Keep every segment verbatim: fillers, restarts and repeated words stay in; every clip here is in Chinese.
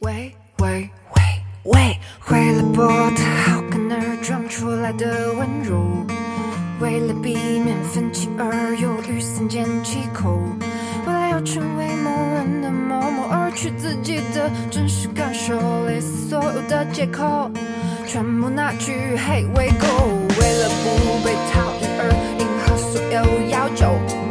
喂喂喂喂，为了博得好感而装出来的温柔，为了避免分歧而犹豫三缄其口，为了要成为某人的某某而去自己的真实感受，类似所有的借口全部拿去黑喂狗，为了不被讨厌而迎合所有要求。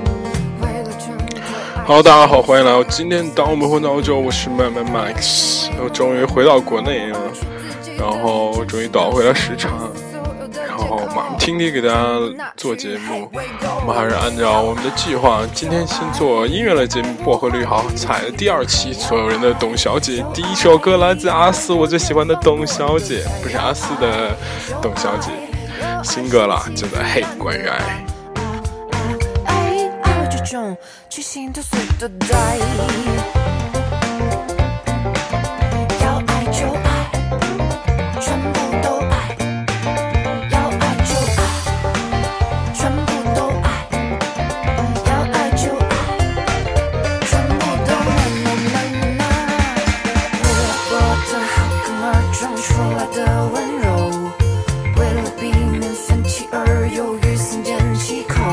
Hello， 大家好，欢迎来到今天当我们混到欧洲，我是慢慢 Max， 我终于回到国内了，然后终于倒回了时差，然后马上听力给大家做节目。我们还是按照我们的计划，今天先做音乐类节目《薄荷绿好彩》的第二期，所有人的董小姐。第一首歌来自阿四，我最喜欢的董小姐，不是阿四的董小姐，新歌了，叫做《嘿关于爱》。 去心都碎的带，要爱就爱，全部都爱，要爱就爱，全部都爱，要爱就爱，全部都爱。为了博得好感而装出来的温柔，为了避免分歧而犹豫三缄其口，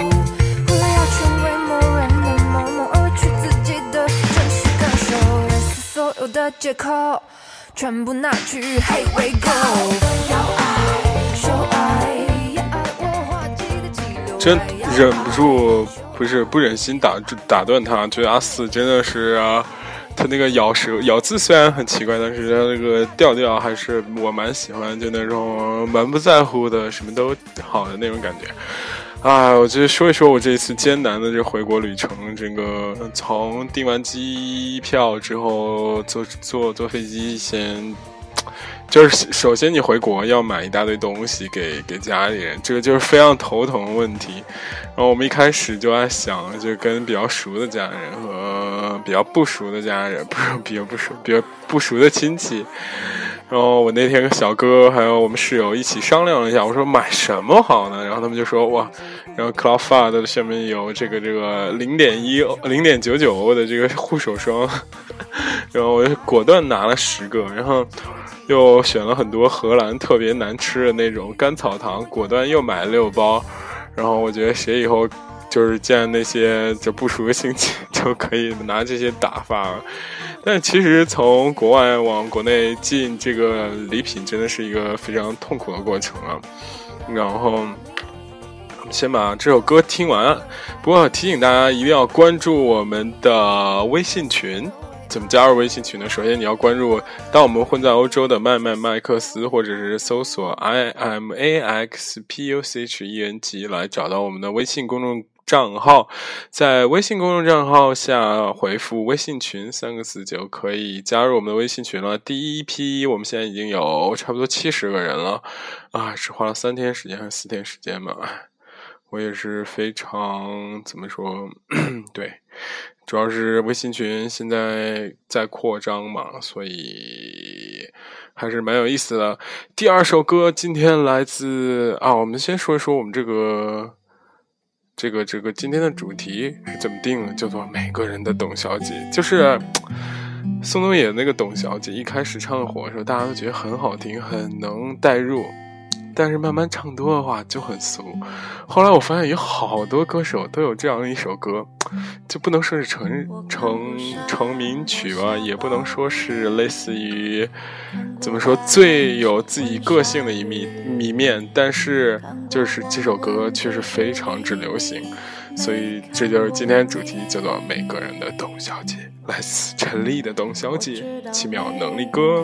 的借口全部拿去黑喂狗，要爱就爱，要爱我滑稽的激流， 真忍不住，不是不忍心打打断他，觉得阿四真的是啊，他那个咬舌咬字虽然很奇怪，但是他那个调调还是我蛮喜欢，就那种蛮不在乎的，什么都好的那种感觉。啊，我觉得说一说我这次艰难的这回国旅程，这个从订完机票之后坐坐坐飞机，先就是首先你回国要买一大堆东西给给家里人，这个就是非常头疼的问题。然后我们一开始就在想，就跟比较熟的家人和比较不熟的家人，不是比较不熟比较不熟的亲戚。然后我那天跟小哥还有我们室友一起商量了一下，我说买什么好呢？然后他们就说哇，然后 Cloudflare 的上面有这个这个零点一零点九九欧的这个护手霜，然后我就果断拿了十个，然后又选了很多荷兰特别难吃的那种甘草糖，果断又买了六包。然后我觉得谁以后就是见那些就不熟的亲戚就可以拿这些打发了。但其实从国外往国内进这个礼品真的是一个非常痛苦的过程啊。然后先把这首歌听完，不过提醒大家一定要关注我们的微信群。怎么加入微信群呢？首先你要关注当我们混在欧洲的麦麦麦克斯，或者是搜索 I M A X P U C H E N G 来找到我们的微信公众账号，在微信公众账号下回复微信群三个字就可以加入我们的微信群了。第一批我们现在已经有差不多七十个人了啊，只花了三天时间还是四天时间嘛，我也是非常怎么说对，主要是微信群现在在扩张嘛，所以还是蛮有意思的。第二首歌今天来自啊，我们先说一说我们这个这个这个今天的主题是怎么定的，叫做每个人的董小姐。就是宋冬野那个董小姐一开始唱火的时候，大家都觉得很好听，很能带入，但是慢慢唱多的话就很俗。后来我发现有好多歌手都有这样一首歌，就不能说是成成成名曲吧，也不能说是类似于怎么说最有自己个性的一面一面，但是就是这首歌确实非常之流行，所以这就是今天主题，叫做每个人的董小姐，来自陈粒的董小姐奇妙能力歌。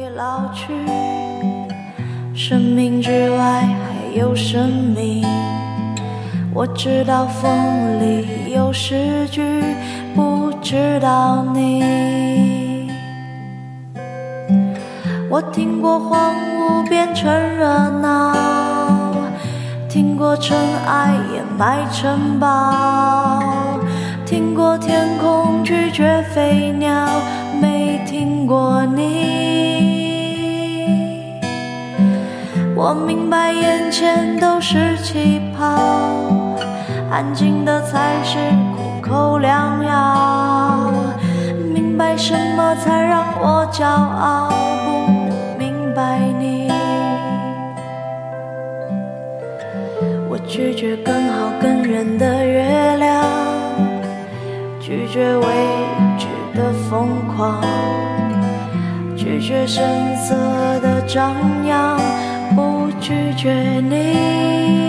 生命之外还有生命，我知道风里有诗句，不知道你。我听过荒芜变成热闹，听过尘埃掩埋城堡，听过天空拒绝飞鸟，没听过你。我明白眼前都是气泡，安静的才是苦口良药。明白白什么才让我骄傲，不明白你。我拒绝更好更圆的月亮，拒绝未知的疯狂，拒绝声色的张扬，不拒绝你。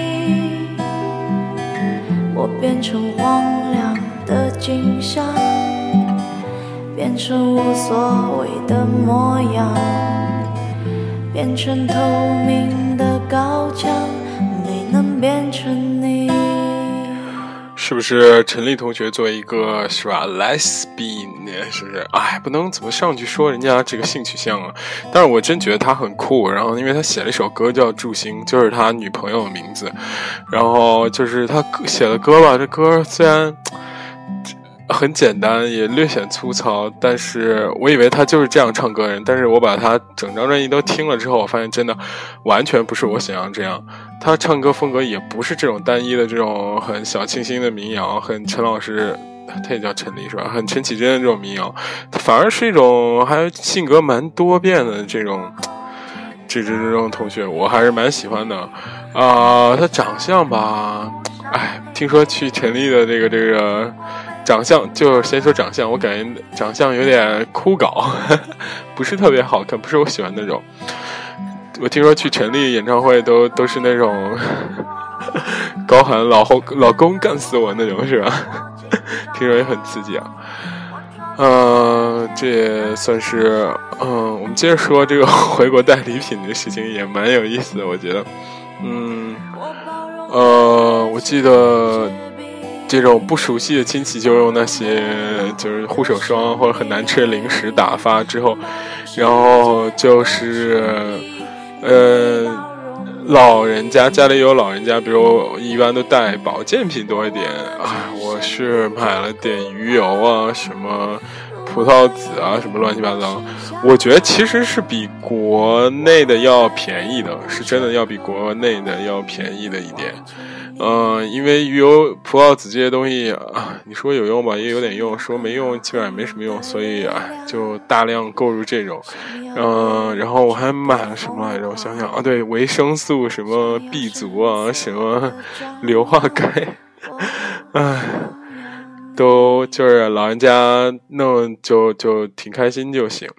我变成荒凉的景象，变成无所谓的模样，变成透明的高墙，没能变成你。 是不是陈粒同学作为一个是吧 lesbian 是不是哎不能怎么上去说人家这个性取向啊，但是我真觉得他很酷。然后因为他写了一首歌叫祝星，就是他女朋友的名字，然后就是他写的歌吧，这歌虽然很简单也略显粗糙，但是我以为他就是这样唱歌的人，但是我把他整张专辑都听了之后，我发现真的完全不是我想象这样。他唱歌风格也不是这种单一的这种很小清新的民谣，很陈老师他也叫陈粒是吧，很陈绮贞的这种民谣，他反而是一种还性格蛮多变的这种这这这种同学，我还是蛮喜欢的啊、呃。他长相吧，哎，听说去陈粒的这个这个长相，就先说长相，我感觉长相有点枯槁，呵呵不是特别好看，不是我喜欢那种。我听说去陈粒演唱会都都是那种呵呵高喊老后老公干死我那种是吧？听说也很刺激啊。呃，这也算是嗯、呃，我们接着说这个回国带礼品的事情也蛮有意思的，我觉得，嗯，呃，我记得这种不熟悉的亲戚就用那些就是护手霜或者很难吃的零食打发之后，然后就是呃。老人家家里有老人家，比如一般都带保健品多一点啊。我是买了点鱼油啊，什么葡萄籽啊，什么乱七八糟。我觉得其实是比国内的要便宜的，是真的要比国内的要便宜的一点。嗯、呃，因为鱼油、葡萄籽这些东西啊，你说有用吧，也有点用；说没用，基本上没什么用。所以啊，就大量购入这种。嗯、呃，然后我还买了什么来着？我想想啊，对，维生素什么 B 族啊，什么硫化钙，唉，都就是老人家弄就就挺开心就行。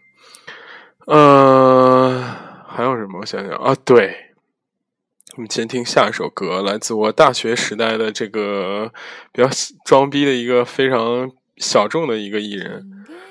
嗯、呃，还有什么？我想想啊，对。我们先听下一首歌，来自我大学时代的这个比较装逼的一个非常小众的一个艺人，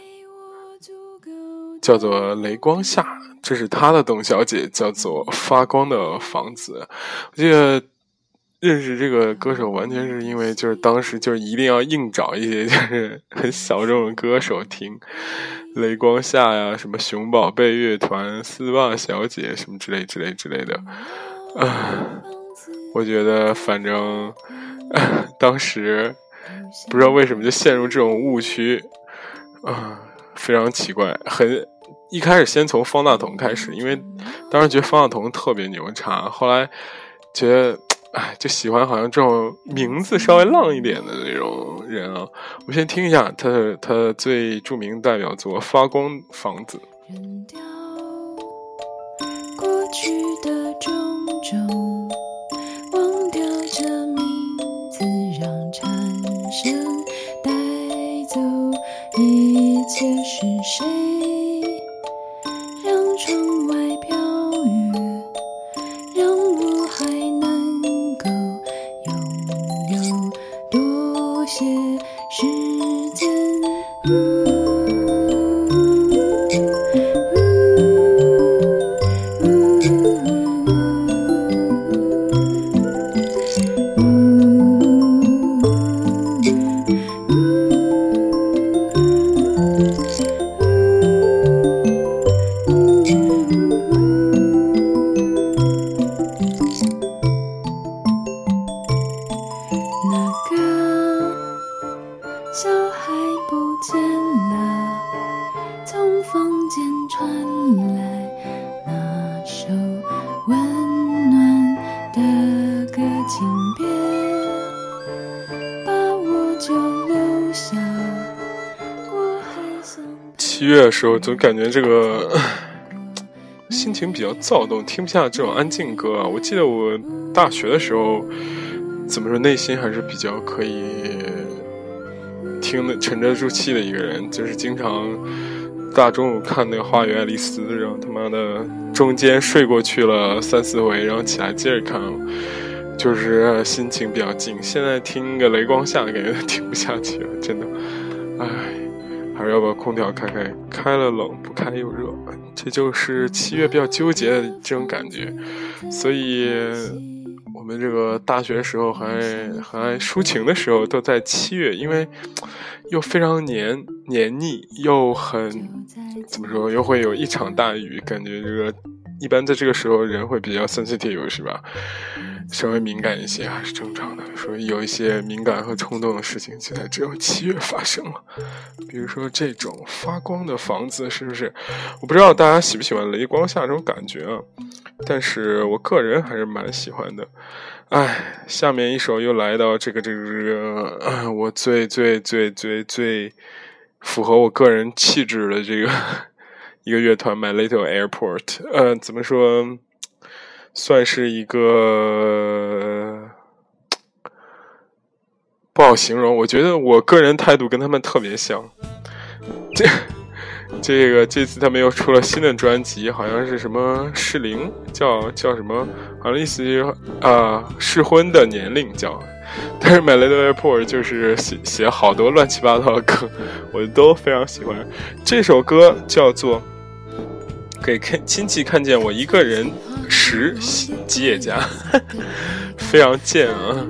叫做雷光夏，这是他的董小姐，叫做发光的房子。我记得认识这个歌手完全是因为就是当时就是一定要硬找一些就是很小众的歌手听，雷光夏呀，什么熊宝贝乐团、丝袜小姐什么之类之类之类的。啊，我觉得反正、呃、当时不知道为什么就陷入这种误区啊，非常奇怪。很一开始先从方大同开始，因为当时觉得方大同特别牛叉，后来觉得哎，就喜欢好像这种名字稍微浪一点的那种人啊。我先听一下他的他最著名的代表作《发光房子》。 扔掉过去的种种，忘掉这名字，让蝉声带走一切是谁，让窗外飘雨，让我还能够拥有多些时间、嗯月的时候总感觉这个心情比较躁动，听不下这种安静歌啊。我记得我大学的时候怎么说，内心还是比较可以听的沉得住气的一个人，就是经常大中午看那个花园爱丽丝，然后他妈的中间睡过去了三四回，然后起来接着看，就是心情比较静。现在听个雷光下感觉听不下去了，真的唉，还是要把空调开开，开了冷，不开又热，这就是七月比较纠结的这种感觉。所以我们这个大学时候还还抒情的时候都在七月，因为又非常黏黏腻，又很怎么说，又会有一场大雨，感觉这个一般在这个时候人会比较 sensitive 是吧，稍微敏感一些还是正常的，所以有一些敏感和冲动的事情就在只有七月发生了。比如说这种发光的房子，是不是？我不知道大家喜不喜欢雷光下这种感觉啊，但是我个人还是蛮喜欢的。哎，下面一首又来到这个这个这个、呃、我最最最最最符合我个人气质的这个一个乐团 My Little Airport， 呃，怎么说，算是一个不好形容。我觉得我个人态度跟他们特别像。这这个这次他们又出了新的专辑，好像是什么适龄，叫叫什么，好像意思就是啊适婚的年龄叫。但是 My Little Airport 就是写写好多乱七八糟的歌，我都非常喜欢。这首歌叫做给亲戚看见我一个人时吉野家，非常贱啊。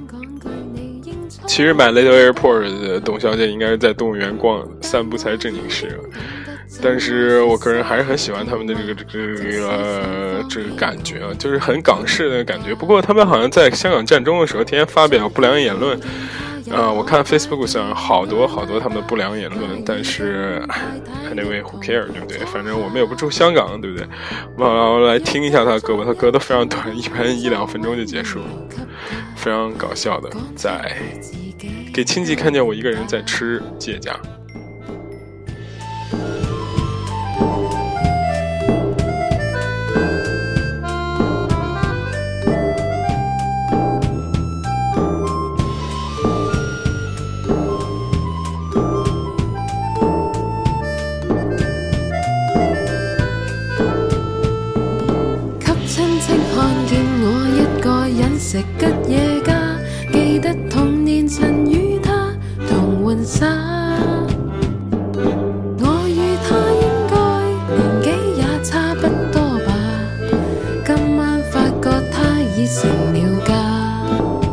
其实买 Little Airport 的董小姐应该是在动物园逛散步才正经事，但是我个人还是很喜欢他们的这个这个这个这个感觉啊，就是很港式的感觉。不过他们好像在香港战争的时候天天发表不良言论啊、呃，我看 Facebook 上好多好多他们的不良言论，但是 anyway who care 对不对？反正我们也不住香港，对不对？我来听一下他的歌吧，他歌都非常短，一般一两分钟就结束了，非常搞笑的。在给亲戚看见我一个人在吃吉野家。 食吉野家，記得童年曾與他同玩耍。我與他應該年紀也差不多吧，今晚發覺他已成了家。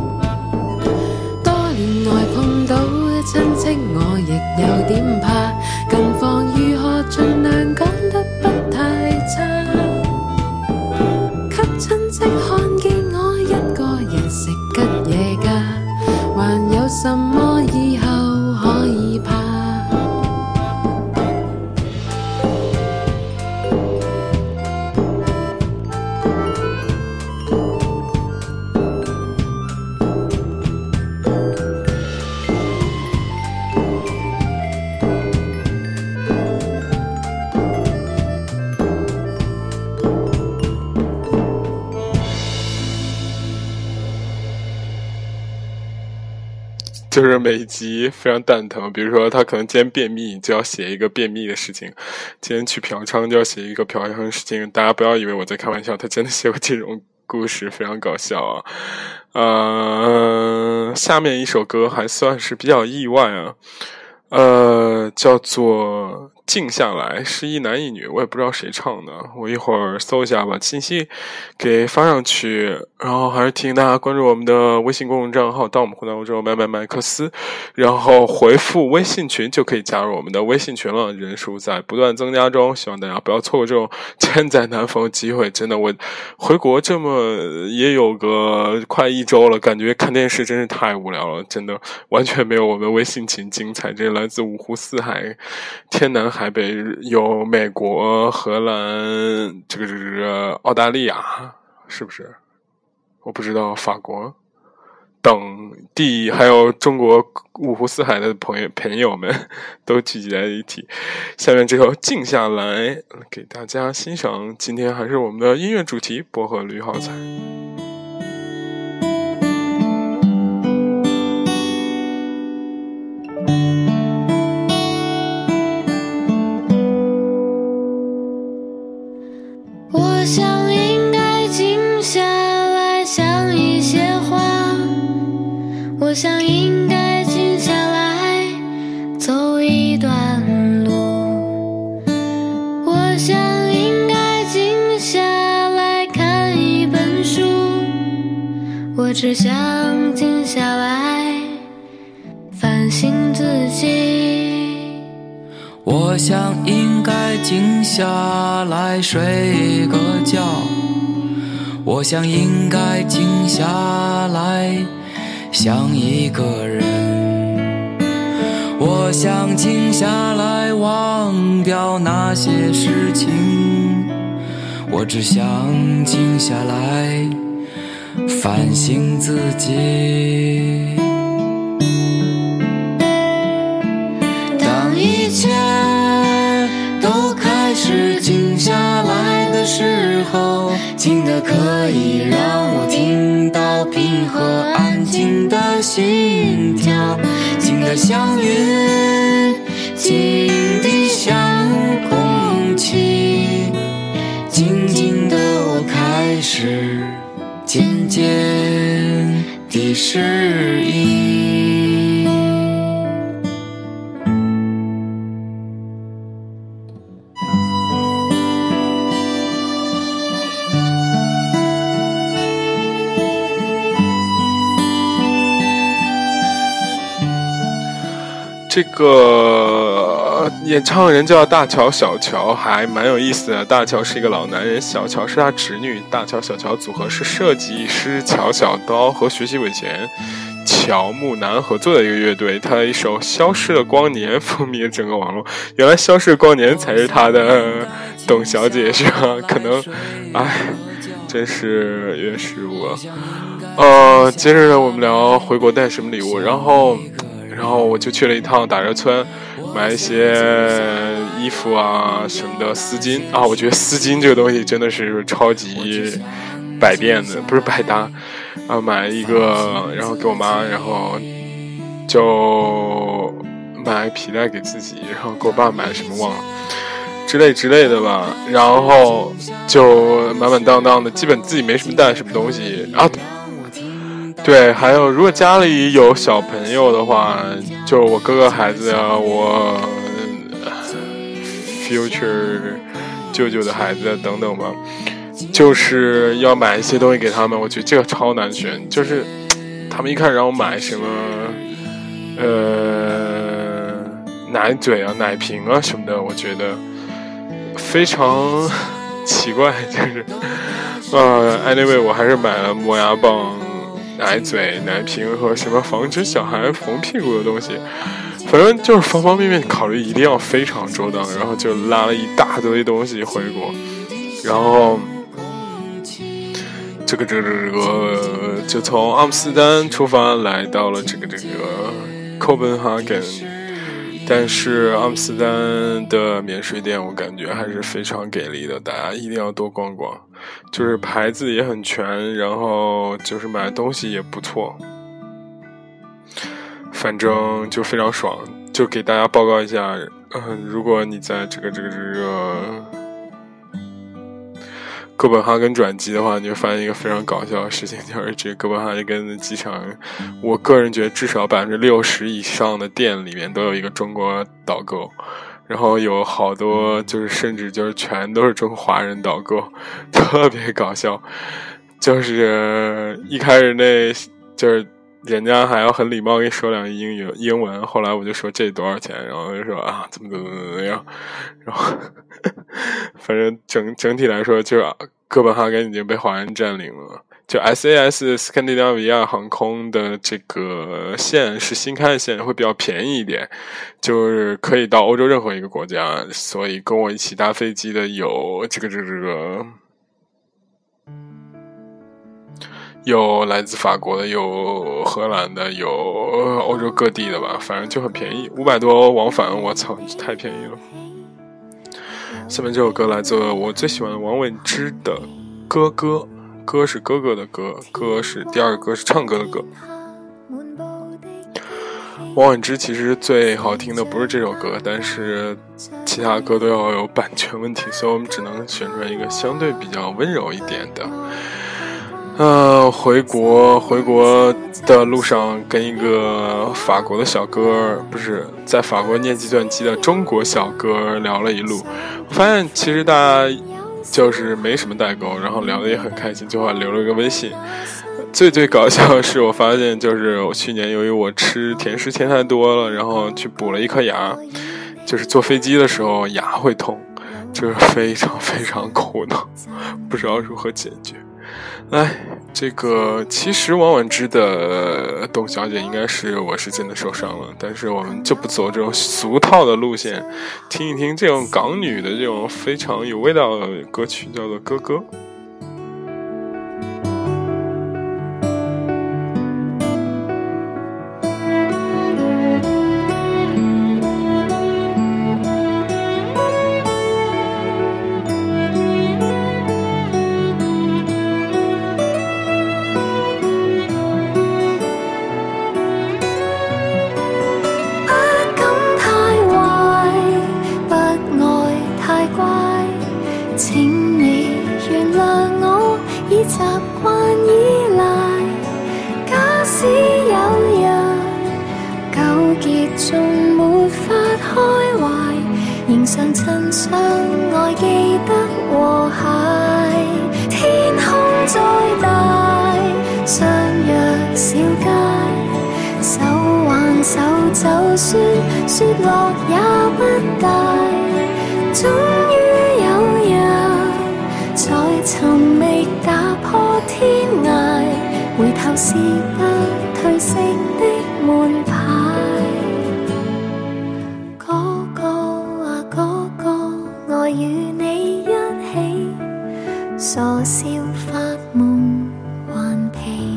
多年來碰到親戚，我亦有點怕，近況如何盡量講得不太差。給親戚看見我一個人食吉野家，還有什麼以後可以怕？ 就是每一集非常蛋疼，比如说他可能今天便秘就要写一个便秘的事情，今天去嫖娼就要写一个嫖娼的事情，大家不要以为我在开玩笑，他真的写过这种故事，非常搞笑啊。呃，下面一首歌还算是比较意外啊，呃，叫做静下来，是一男一女，我也不知道谁唱的，我一会儿搜一下把信息给发上去。然后还是提醒大家关注我们的微信公众账号，到我们互动之后买买麦克斯，然后回复微信群就可以加入我们的微信群了，人数在不断增加中，希望大家不要错过这种千载难逢的机会。真的，我回国这么也有个快一周了，感觉看电视真是太无聊了，真的完全没有我们微信群精彩。这来自五湖四海，天南海北，有美国、荷兰，这个这个澳大利亚，是不是？我不知道，法国， 等地还有中国五湖四海的朋友朋友们都聚集在一起。下面这首静下来给大家欣赏，今天还是我们的音乐主题薄荷绿好彩。 我想应该静下来想一些话，我想应该静下来走一段路，我想应该静下来看一本书，我只想静下来反省自己， 我想应该静下来睡个觉，我想应该静下来想一个人，我想静下来忘掉那些事情，我只想静下来反省自己。当一切都开始静下来的时候，静得可以让我听到平和安静的心跳，静得像云，静地像空气，静静的我开始渐渐地适应。 这个演唱人叫大乔小乔，还蛮有意思的。大乔是一个老男人，小乔是他侄女。大乔小乔组合是设计师乔小刀和学习尾田乔木南合作的一个乐队。他一首《消失的光年》风靡了整个网络。原来《消失的光年》才是他的董小姐是吧？可能，哎，真是越是我。呃，接着呢，我们聊回国带什么礼物，然后。然后我就去了一趟打折村，买一些衣服啊什么的，丝巾啊，我觉得丝巾这个东西真的是超级百变的，不是百搭。然后买一个，然后给我妈，然后就买皮带给自己，然后给我爸买什么忘了，之类之类的吧。然后就满满当当的，基本自己没什么带什么东西啊。对，还有如果家里有小朋友的话，就我哥哥孩子啊，我 future 舅舅的孩子等等吧，就是要买一些东西给他们。我觉得这个超难选，就是他们一开始让我买什么呃奶嘴啊奶瓶啊什么的，我觉得非常奇怪，就是呃 anyway 我还是买了磨牙棒、奶嘴、奶瓶和什么防止小孩缝屁股的东西，反正就是方方面面考虑一定要非常周到，然后就拉了一大堆东西回国，然后这个这个这个就从阿姆斯特丹出发来到了这个这个哥本哈根。但是阿姆斯特丹的免税店我感觉还是非常给力的，大家一定要多逛逛，就是牌子也很全，然后就是买东西也不错，反正就非常爽。就给大家报告一下，嗯，如果你在这个这个这个哥本哈根转机的话，你会发现一个非常搞笑的事情，就是这个哥本哈根的机场，我个人觉得至少百分之六十以上的店里面都有一个中国导购，然后有好多就是甚至就是全都是中华人导购，特别搞笑。就是一开始那就是人家还要很礼貌跟你说两句英语英文，后来我就说这多少钱，然后就说啊怎么怎么怎么样，然后反正整整体来说，就是哥本哈根已经被华人占领了。就 S A S 斯堪的纳维亚航空的这个线是新开的线，会比较便宜一点，就是可以到欧洲任何一个国家，所以跟我一起搭飞机的有这个这个这个。 有来自法国的，有荷兰的，有欧洲各地的吧，反正就很便宜，五百多欧往返，我操，太便宜了。下面这首歌来自我最喜欢的王菀之的《哥哥》，歌是哥哥的歌，歌是第二个歌是唱歌的歌。王菀之其实最好听的不是这首歌，但是其他歌都要有版权问题，所以我们只能选出来一个相对比较温柔一点的。呃，回国回国的路上跟一个法国的小哥，不是在法国念计算机的中国小哥聊了一路，我发现其实大家就是没什么代沟，然后聊得也很开心，最后还留了个微信。最最搞笑的是，我发现就是我去年由于我吃甜食甜太多了，然后去补了一颗牙，就是坐飞机的时候牙会痛，这是非常非常苦恼，不知道如何解决。哎，这个其实王菀之的董小姐应该是我是真的受伤了，但是我们就不走这种俗套的路线，听一听这种港女的这种非常有味道的歌曲，叫做《哥哥》。 常趁相愛記得和諧，天空再大，相約小街，手挽手就算雪落也不大，終於有日在尋覓打破天涯，回頭是不褪色的門牌。與你一起傻笑發夢頑皮，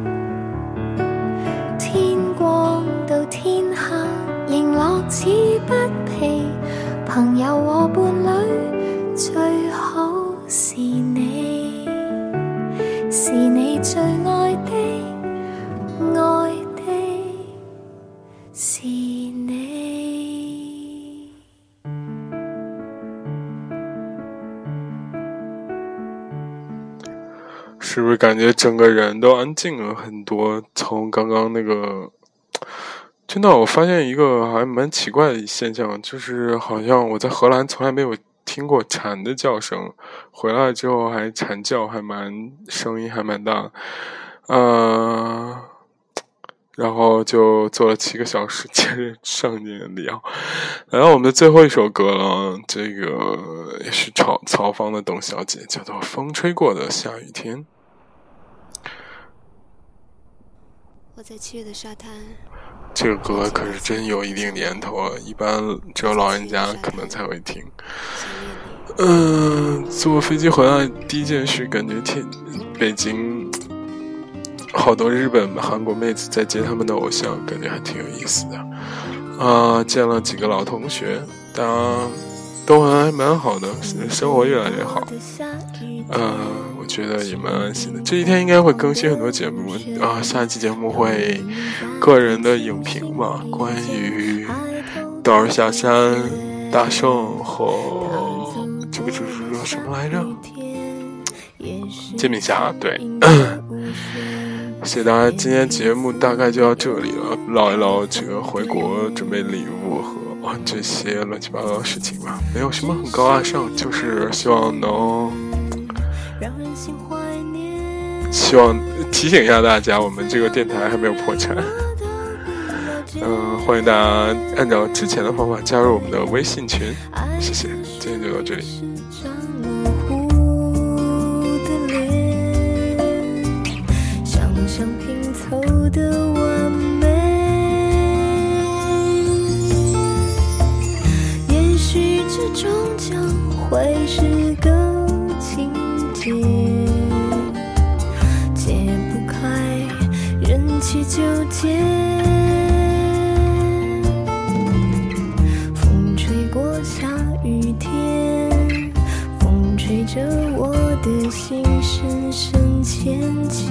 天光到天黑仍樂此不疲，朋友和伴侶最好是你，是你最愛的愛的是你。 是不是感觉整个人都安静了很多？从刚刚那个，真的我发现一个还蛮奇怪的现象，就是好像我在荷兰从来没有听过蝉的叫声，回来之后还蝉叫，还蛮声音还蛮大，呃，然后就坐了七个小时，接着上节聊。来到我们的最后一首歌了，这个也是曹曹芳的董小姐，叫做《风吹过的下雨天》。 我在七月的沙滩。 这个歌可是真有一定年头啊，一般只有老人家可能才会听。嗯、呃，坐飞机回来第一件事，感觉天北京好多日本韩国妹子在接他们的偶像，感觉还挺有意思的。啊、呃，见了几个老同学，大家都还蛮好的，生活越来越好。呃，我觉得也蛮安心的。这一天应该会更新很多节目啊，下一期节目会个人的影评嘛，关于道尔下山、大圣和这个就是说什么来着？煎饼侠，对。谢谢大家，今天节目大概就到这里了，唠一唠这个回国准备礼物和、啊、这些乱七八糟的事情吧，没有什么很高大上，就是希望能希望提醒一下大家，我们这个电台还没有破产。嗯、呃，欢迎大家按照之前的方法加入我们的微信群，谢谢，今天就到这里。 像拼凑的完美，也许这终将会是个情节，戒不纠结。风吹过下雨天，风吹着我的心深深浅浅。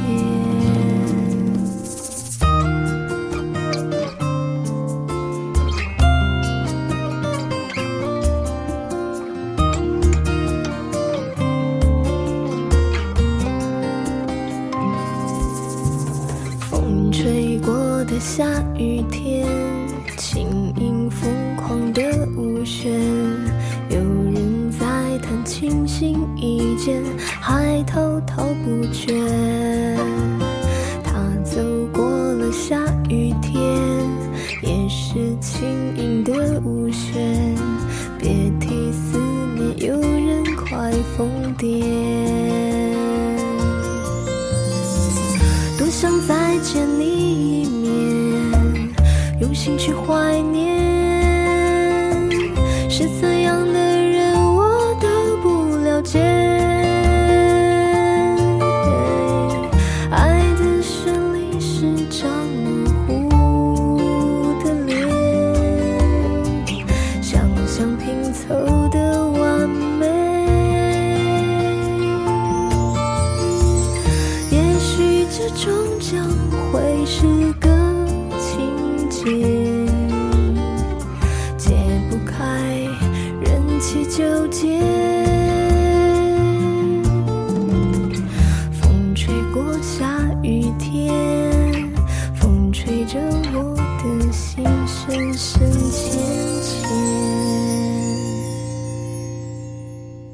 风吹过的下雨天，轻盈疯狂的舞旋，有人在弹琴心一间，还滔滔不绝。他走过了下雨天，也是轻盈的舞旋，别提思念有人快疯癫。多想再见你一面，用心去怀念，是怎样的人我都不了解。爱的旋律是张模糊的脸，想象拼凑的完美。也许这终将会是个情节，解不开人气纠结。